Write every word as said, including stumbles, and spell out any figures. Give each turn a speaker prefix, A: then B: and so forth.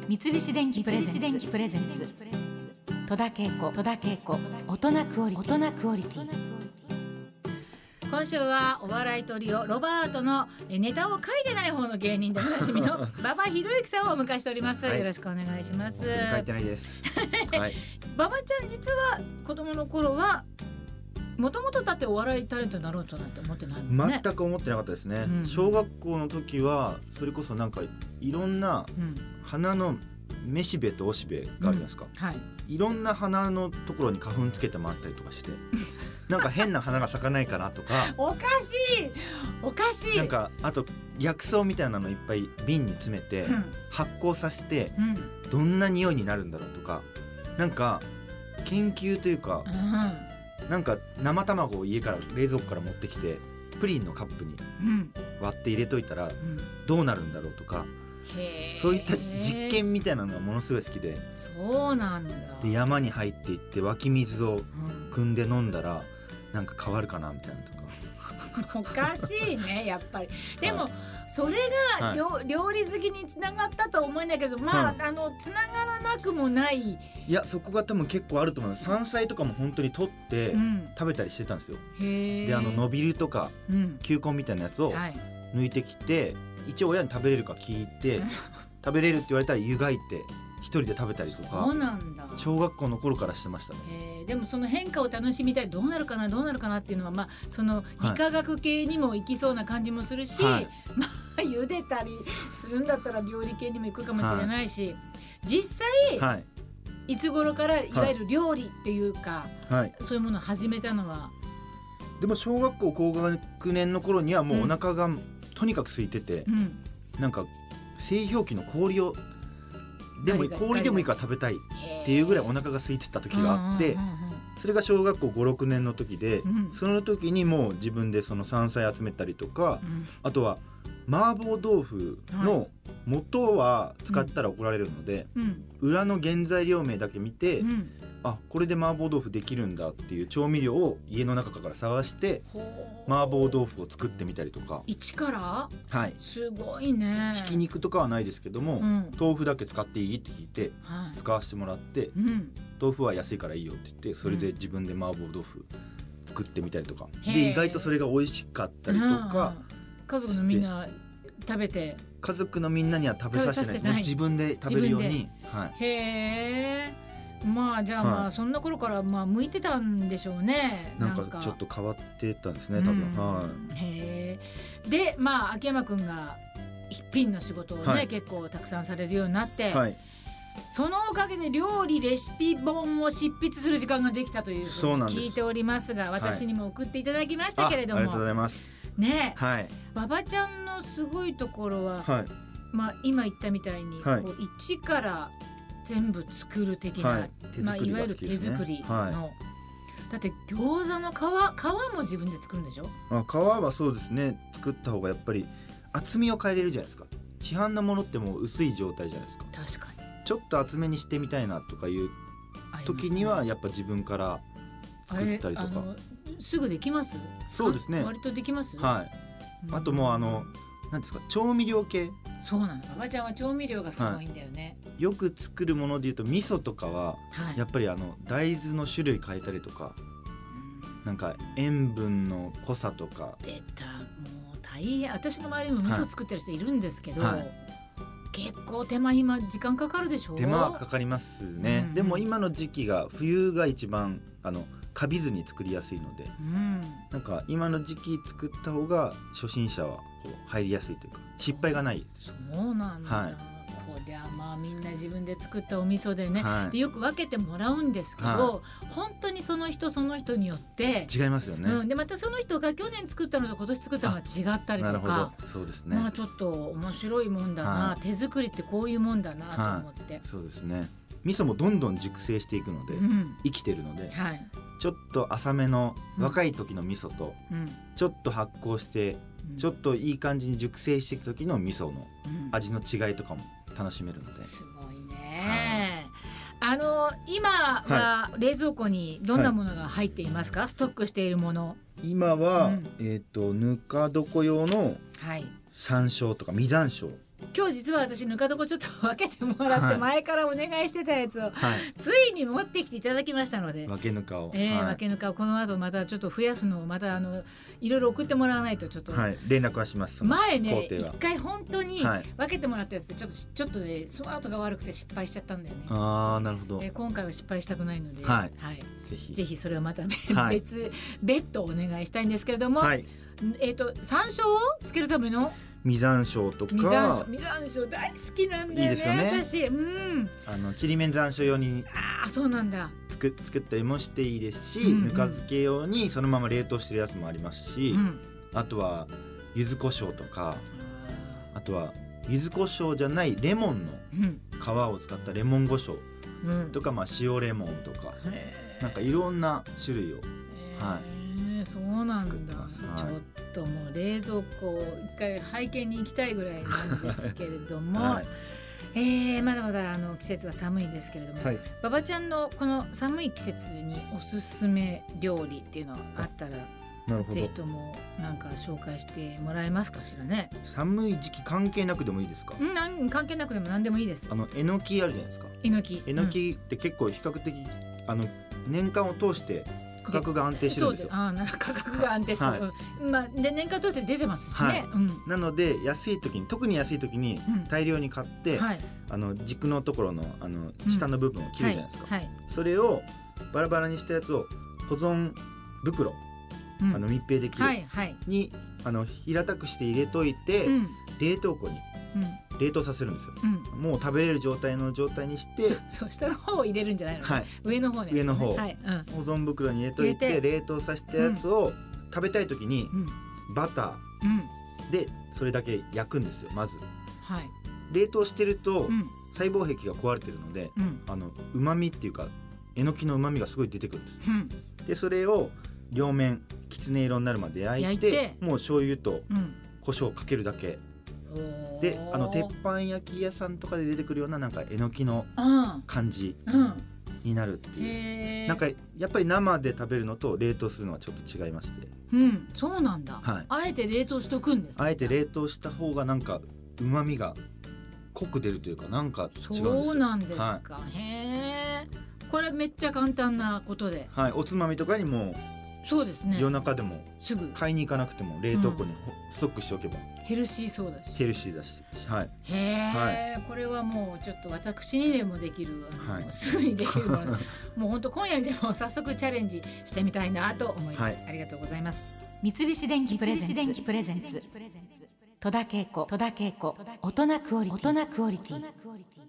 A: 三菱電機プレゼンツ戸田恵子大人クオリティ。今週はお笑いトリオロバートのネタを書いてない方の芸人でおなじみの馬場博之さんをお迎えしております、はい、よろしくお願いします。
B: 書いてないです、はい、
A: 馬場ちゃん実は子供の頃はもともとだってお笑いタレントになろうとなんて思ってないもんね。
B: 全く思ってなかったですね、うん、小学校の時はそれこそなんかいろんな花のめしべとおしべがあるじゃないですか、うんはい、いろんな花のところに花粉つけて回ったりとかしてなんか変な花が咲かないかなとか
A: おかしいおかしい
B: なんかあと薬草みたいなのいっぱい瓶に詰めて、うん、発酵させて、うん、どんな匂いになるんだろうとかなんか研究というか、うん、なんか生卵を家から冷蔵庫から持ってきてプリンのカップに割って入れといたらどうなるんだろうとか、へそういった実験みたいなのがものすごい好きで、
A: そうなんだ。
B: で山に入っていって湧き水を汲んで飲んだらなんか変わるかなみたいなとか
A: おかしいねやっぱり。でも、はい、それが 料,、はい、料理好きにつながったとは思えないけどまあ、はい、あのつながらなくもない。
B: いやそこが多分結構あると思います。山菜とかも本当に取って食べたりしてたんですよ、うん、へであの伸びるとか、うん、球根みたいなやつを抜いてきて、はい、一応親に食べれるか聞いて食べれるって言われたら湯がいて一人で食べたりとか。
A: そうなんだ。
B: 小学校の頃からしてましたね。
A: へでもその変化を楽しみたいどうなるかなどうなるかなっていうのは、まあ、その理化学系にも行きそうな感じもするし、はいまあ、茹でたりするんだったら料理系にも行くかもしれないし、はい、実際、はい、いつ頃からいわゆる料理っていうか、はい、そういうものを始めたのは。
B: でも小学校高学年の頃にはもうお腹が、うんとにかく空いてて、うん、なんか製氷機の氷をでも氷でもいいから食べたいっていうぐらいお腹が空いてた時があって、それが小学校ご、ろくねんの時で、うん、その時にもう自分でその山菜集めたりとか、うん、あとは麻婆豆腐の元は使ったら怒られるので、うん、裏の原材料名だけ見て、うん、あこれで麻婆豆腐できるんだっていう調味料を家の中から探して麻婆豆腐を作ってみたりとか。
A: 一から？
B: はい。
A: すごいね。
B: ひき肉とかはないですけども、うん、豆腐だけ使っていいって聞いて、はい、使わせてもらって、うん、豆腐は安いからいいよって言ってそれで自分で麻婆豆腐作ってみたりとか、うん、で意外とそれが美味しかったりとか、
A: 家族のみんな食べて。
B: 家族のみんなには食べさせてないです。自分で食べるように、はい、
A: へーまあじゃあまあ、はい、そんな頃からまあ向いてたんでしょうね。
B: なんかちょっと変わってたんですね多分、うんはい、
A: へーでまあ秋山くんが一品の仕事をね、はい、結構たくさんされるようになって、はい、そのおかげで料理レシピ本を執筆する時間ができたというふうに聞いておりますが、私にも送っていただきましたけれども、
B: はい、ありがとうございます
A: ね。
B: はい、
A: 馬場ちゃんのすごいところは、はいまあ、今言ったみたいに、はい、こう一から全部作る的な、はいまあ、いわゆる手作りの、はい、だって餃子の皮、皮も自分で作るんでしょ。
B: あ皮はそうですね作った方がやっぱり厚みを変えれるじゃないですか。市販のものってもう薄い状態じゃないですか。
A: 確かに
B: ちょっと厚めにしてみたいなとかいう時にはやっぱ自分から作ったりとか。あれ
A: すぐできます？
B: そうですね
A: 割とできます。
B: はい、うん、あともうあのなんですか調味料系。
A: そうなの。馬場ちゃんは調味料がすごいんだよね、
B: はい、よく作るものでいうと味噌とかは、はい、やっぱりあの大豆の種類変えたりとか、うん、なんか塩分の濃さとか。
A: 出たもう大変。私の周りにも味噌作ってる人いるんですけど、はいはい、結構手間暇時間かかるでしょ。
B: 手間はかかりますね、うん、でも今の時期が冬が一番あのカビずに作りやすいので、うん、なんか今の時期作った方が初心者はこう入りやすいというか失敗がないです。
A: そうなんだ、はい、こりゃまあみんな自分で作ったお味噌でね、はい、でよく分けてもらうんですけど、はい、本当にその人その人によって
B: 違いますよね、
A: うん、でまたその人が去年作ったのと今年作ったのが違ったりとか。
B: そうですね、
A: まあ、ちょっと面白いもんだな、はい、手作りってこういうもんだなと思って、はい、
B: そうですね。味噌もどんどん熟成していくので、うん、生きてるので、はい、ちょっと浅めの若い時の味噌と、うん、ちょっと発酵して、うん、ちょっといい感じに熟成していく時の味噌の味の違いとかも楽しめるので、
A: すごいね、はい、あの今は冷蔵庫にどんなものが入っていますか、はい、ストックしているもの。
B: 今は、うん、えーと、ぬか床用の山椒とか実山椒
A: 今日実は私ぬか床ちょっと分けてもらって前からお願いしてたやつを、はい、ついに持ってきていただきましたので、
B: 分けぬかを、
A: えー
B: はい、
A: 分けぬかをこの後またちょっと増やすのをまたあのいろいろ送ってもらわないとちょっと、
B: はい、連絡はします。
A: 前ね一回本当に分けてもらったやつでちょっとちょっとねその後が悪くて失敗しちゃったんだよね。
B: あーなるほど、
A: えー、今回は失敗したくないので、
B: はい
A: はい、
B: ぜひ
A: ぜひそれをまた、
B: はい、
A: 別別途お願いしたいんですけれども、はい、えっと山椒をつけるための
B: 実山椒とか、
A: 実山椒、実山椒大好きなんだよね。いいですよね。私、うん、
B: あのちりめん山椒用に
A: あそうなんだ
B: 作作ったりもしていいですし、うんうん、ぬか漬け用にそのまま冷凍してるやつもありますし、うん、あとは柚子胡椒とか、あとは柚子胡椒じゃないレモンの皮を使ったレモン胡椒とか、うん、まあ塩レモンとか、なんかいろんな種類を、はい、
A: そうなんだ、はい、ちょっともう冷蔵庫を一回拝見に行きたいぐらいなんですけれども、はい、えー、まだまだあの季節は寒いんですけれども、はい、馬場ちゃんのこの寒い季節におすすめ料理っていうのはあったらぜひともなんか紹介してもらえますかしらね。
B: 寒い時期関係なくでもいいですか？
A: うん、なん関係なくでも何でもいいです。
B: あのえのきあるじゃないですか。
A: えのき、
B: えのきって結構比較的、うん、あの年間を通して価格が安定してるんですよ。
A: ああ、なる価格が安定してる、はい、まあ、で年間通して出てますしね、はい、うん、
B: なので安い時に特に安い時に大量に買って、うん、はい、あの軸のところのあの下の部分を切るじゃないですか、うん、はいはい、それをバラバラにしたやつを保存袋、うん、あの密閉できるに、はいはい、あの平たくして入れといて、うん、冷凍庫に冷凍させるんですよ、うん、もう食べれる状態の状態にして
A: そう下の方を入れるんじゃないの、はい、上の方ね、
B: 上の方、
A: はい、うん、
B: 保存袋に入れといて冷凍させたやつを食べたい時に、うん、バターでそれだけ焼くんですよまず、はい、冷凍してると、うん、細胞壁が壊れてるので、うん、あの旨味っていうかえのきの旨味がすごい出てくるんです、うん、でそれを両面きつね色になるまで焼いて、焼いてもう醤油と胡椒をかけるだけ、うん、であの鉄板焼き屋さんとかで出てくるようななんかえのきの感じになるっていう、うん、なんかやっぱり生で食べるのと冷凍するのはちょっと違いまして、
A: うん、そうなんだ、はい、あえて冷凍しとくんですか？
B: あえて冷凍した方がなんか旨味が濃く出るというかなんか違うんですよ。
A: そうなんですか、はい、へー、これめっちゃ簡単なことで、
B: はい、おつまみとかにも
A: そうですね、
B: 夜中でもすぐ買いに行かなくても冷凍庫にストックしておけば、うん、ヘルシーそうだしヘルシーだし、はい、
A: へえ、はい、これはもうちょっと私にでもできる、はい、すぐにできるもう本当今夜にでも早速チャレンジしてみたいなと思います、はい、ありがとうございます。三菱電機プレゼンツ戸田恵子大人クオリティ